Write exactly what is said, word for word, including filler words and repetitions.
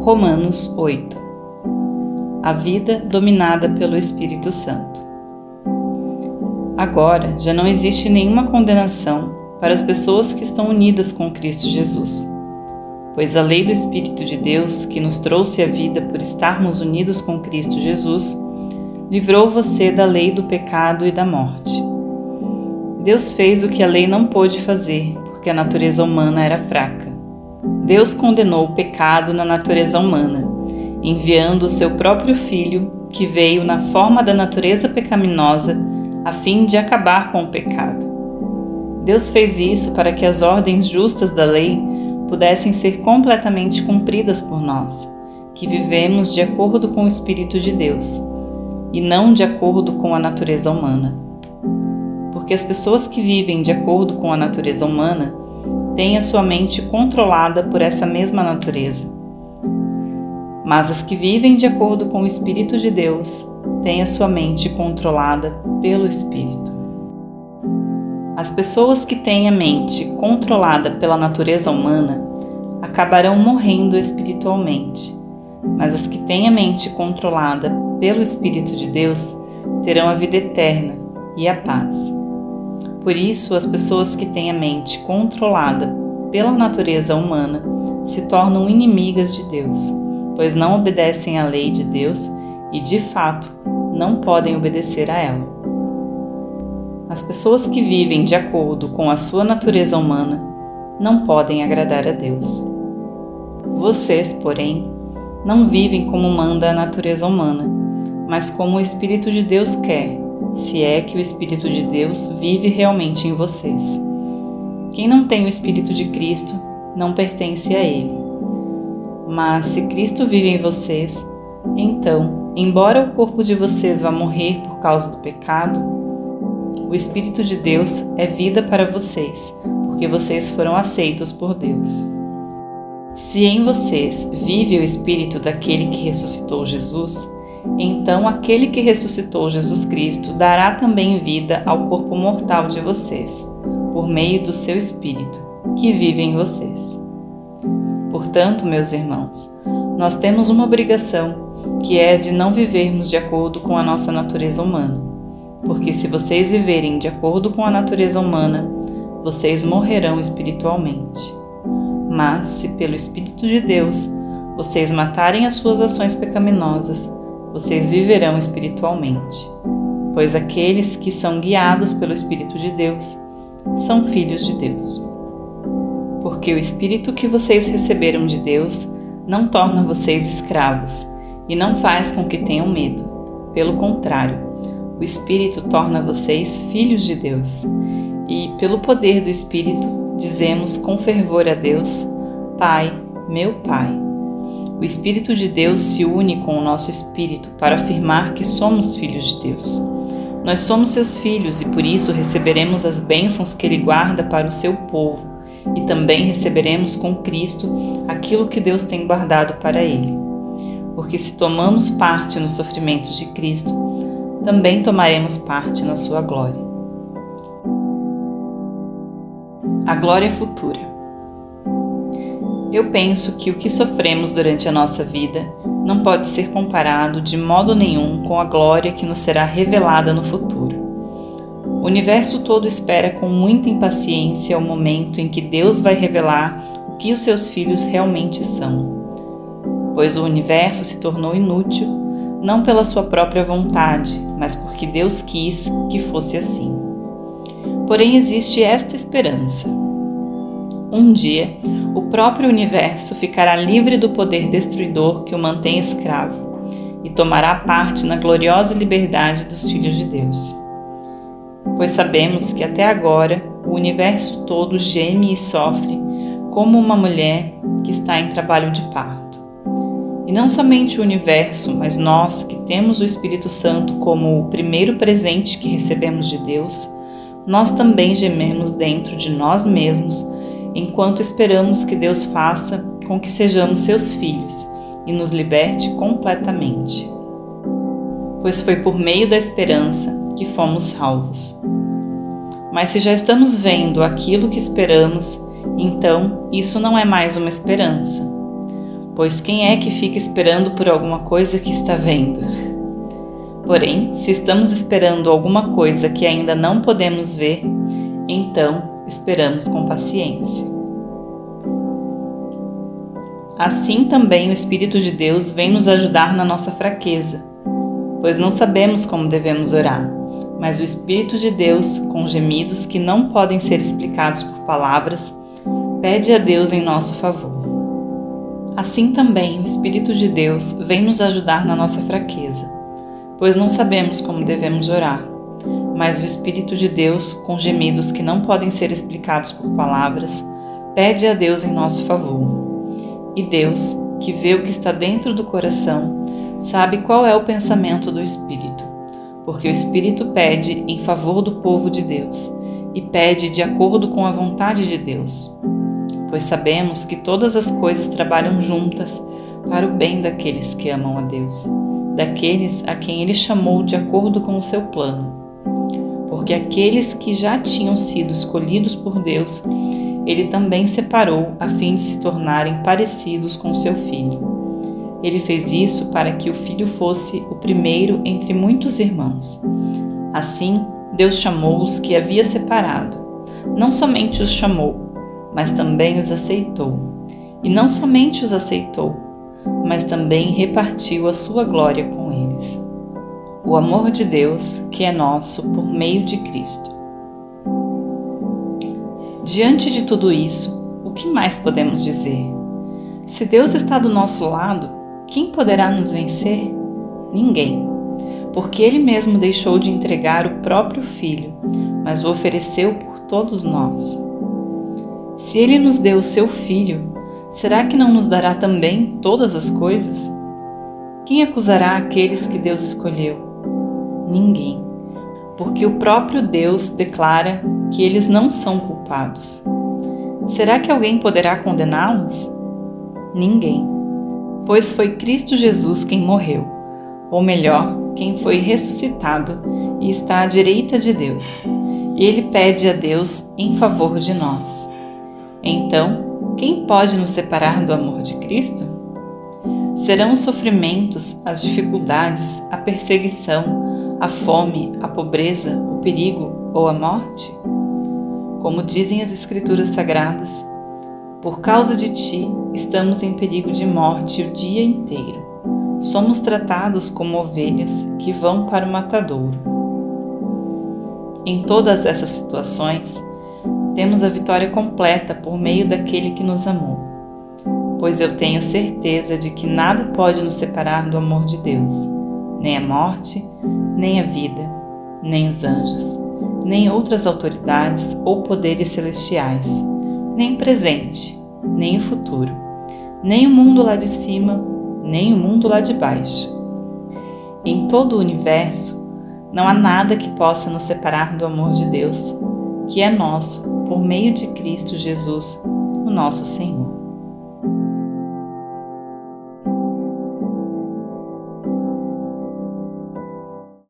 Romanos oito. A vida dominada pelo Espírito Santo. Agora já não existe nenhuma condenação para as pessoas que estão unidas com Cristo Jesus, pois a lei do Espírito de Deus, que nos trouxe a vida por estarmos unidos com Cristo Jesus, livrou você da lei do pecado e da morte. Deus fez o que a lei não pôde fazer, porque a natureza humana era fraca. Deus condenou o pecado na natureza humana, enviando o seu próprio Filho, que veio na forma da natureza pecaminosa, a fim de acabar com o pecado. Deus fez isso para que as ordens justas da lei pudessem ser completamente cumpridas por nós, que vivemos de acordo com o Espírito de Deus, e não de acordo com a natureza humana. Porque as pessoas que vivem de acordo com a natureza humana têm a sua mente controlada por essa mesma natureza. Mas as que vivem de acordo com o Espírito de Deus têm a sua mente controlada pelo Espírito. As pessoas que têm a mente controlada pela natureza humana acabarão morrendo espiritualmente, mas as que têm a mente controlada pelo Espírito de Deus terão a vida eterna e a paz. Por isso, as pessoas que têm a mente controlada pela natureza humana se tornam inimigas de Deus, pois não obedecem à lei de Deus e, de fato, não podem obedecer a ela. As pessoas que vivem de acordo com a sua natureza humana não podem agradar a Deus. Vocês, porém, não vivem como manda a natureza humana, mas como o Espírito de Deus quer, se é que o Espírito de Deus vive realmente em vocês. Quem não tem o Espírito de Cristo não pertence a Ele. Mas se Cristo vive em vocês, então, embora o corpo de vocês vá morrer por causa do pecado, o Espírito de Deus é vida para vocês, porque vocês foram aceitos por Deus. Se em vocês vive o Espírito daquele que ressuscitou Jesus, então aquele que ressuscitou Jesus Cristo dará também vida ao corpo mortal de vocês, por meio do seu Espírito, que vive em vocês. Portanto, meus irmãos, nós temos uma obrigação, que é de não vivermos de acordo com a nossa natureza humana, porque se vocês viverem de acordo com a natureza humana, vocês morrerão espiritualmente. Mas, se pelo Espírito de Deus vocês matarem as suas ações pecaminosas, vocês viverão espiritualmente, pois aqueles que são guiados pelo Espírito de Deus são filhos de Deus. Porque o Espírito que vocês receberam de Deus não torna vocês escravos e não faz com que tenham medo. Pelo contrário, o Espírito torna vocês filhos de Deus. E, pelo poder do Espírito, dizemos com fervor a Deus: Pai, meu Pai. O Espírito de Deus se une com o nosso espírito para afirmar que somos filhos de Deus. Nós somos seus filhos e por isso receberemos as bênçãos que Ele guarda para o seu povo e também receberemos com Cristo aquilo que Deus tem guardado para Ele. Porque se tomamos parte nos sofrimentos de Cristo, também tomaremos parte na sua glória. A glória futura. Eu penso que o que sofremos durante a nossa vida não pode ser comparado de modo nenhum com a glória que nos será revelada no futuro. O universo todo espera com muita impaciência o momento em que Deus vai revelar o que os seus filhos realmente são. Pois o universo se tornou inútil, não pela sua própria vontade, mas porque Deus quis que fosse assim. Porém, existe esta esperança. Um dia, o próprio universo ficará livre do poder destruidor que o mantém escravo e tomará parte na gloriosa liberdade dos filhos de Deus. Pois sabemos que até agora o universo todo geme e sofre como uma mulher que está em trabalho de parto. E não somente o universo, mas nós que temos o Espírito Santo como o primeiro presente que recebemos de Deus, nós também gememos dentro de nós mesmos enquanto esperamos que Deus faça com que sejamos seus filhos e nos liberte completamente. Pois foi por meio da esperança que fomos salvos. Mas se já estamos vendo aquilo que esperamos, então isso não é mais uma esperança. Pois quem é que fica esperando por alguma coisa que está vendo? Porém, se estamos esperando alguma coisa que ainda não podemos ver, então esperamos com paciência. Assim também o Espírito de Deus vem nos ajudar na nossa fraqueza, pois não sabemos como devemos orar, mas o Espírito de Deus, com gemidos que não podem ser explicados por palavras, pede a Deus em nosso favor. Assim também o Espírito de Deus vem nos ajudar na nossa fraqueza, pois não sabemos como devemos orar, mas o Espírito de Deus, com gemidos que não podem ser explicados por palavras, pede a Deus em nosso favor. E Deus, que vê o que está dentro do coração, sabe qual é o pensamento do Espírito, porque o Espírito pede em favor do povo de Deus e pede de acordo com a vontade de Deus. Pois sabemos que todas as coisas trabalham juntas para o bem daqueles que amam a Deus, daqueles a quem Ele chamou de acordo com o seu plano. Porque aqueles que já tinham sido escolhidos por Deus, Ele também separou a fim de se tornarem parecidos com seu Filho. Ele fez isso para que o Filho fosse o primeiro entre muitos irmãos. Assim, Deus chamou os que havia separado. Não somente os chamou, mas também os aceitou. E não somente os aceitou, mas também repartiu a sua glória com eles. O amor de Deus, que é nosso por meio de Cristo. Diante de tudo isso, o que mais podemos dizer? Se Deus está do nosso lado, quem poderá nos vencer? Ninguém, porque Ele mesmo deixou de entregar o próprio Filho, mas o ofereceu por todos nós. Se Ele nos deu o seu Filho, será que não nos dará também todas as coisas? Quem acusará aqueles que Deus escolheu? Ninguém, porque o próprio Deus declara que eles não são culpados. Será que alguém poderá condená-los? Ninguém, pois foi Cristo Jesus quem morreu, ou melhor, quem foi ressuscitado e está à direita de Deus, e Ele pede a Deus em favor de nós. Então, quem pode nos separar do amor de Cristo? Serão os sofrimentos, as dificuldades, a perseguição, a fome, a pobreza, o perigo ou a morte? Como dizem as Escrituras Sagradas, por causa de ti estamos em perigo de morte o dia inteiro. Somos tratados como ovelhas que vão para o matadouro. Em todas essas situações, temos a vitória completa por meio daquele que nos amou, pois eu tenho certeza de que nada pode nos separar do amor de Deus, nem a morte, nem a vida, nem os anjos, nem outras autoridades ou poderes celestiais, nem o presente, nem o futuro, nem o mundo lá de cima, nem o mundo lá de baixo. Em todo o universo, não há nada que possa nos separar do amor de Deus, que é nosso por meio de Cristo Jesus, o nosso Senhor.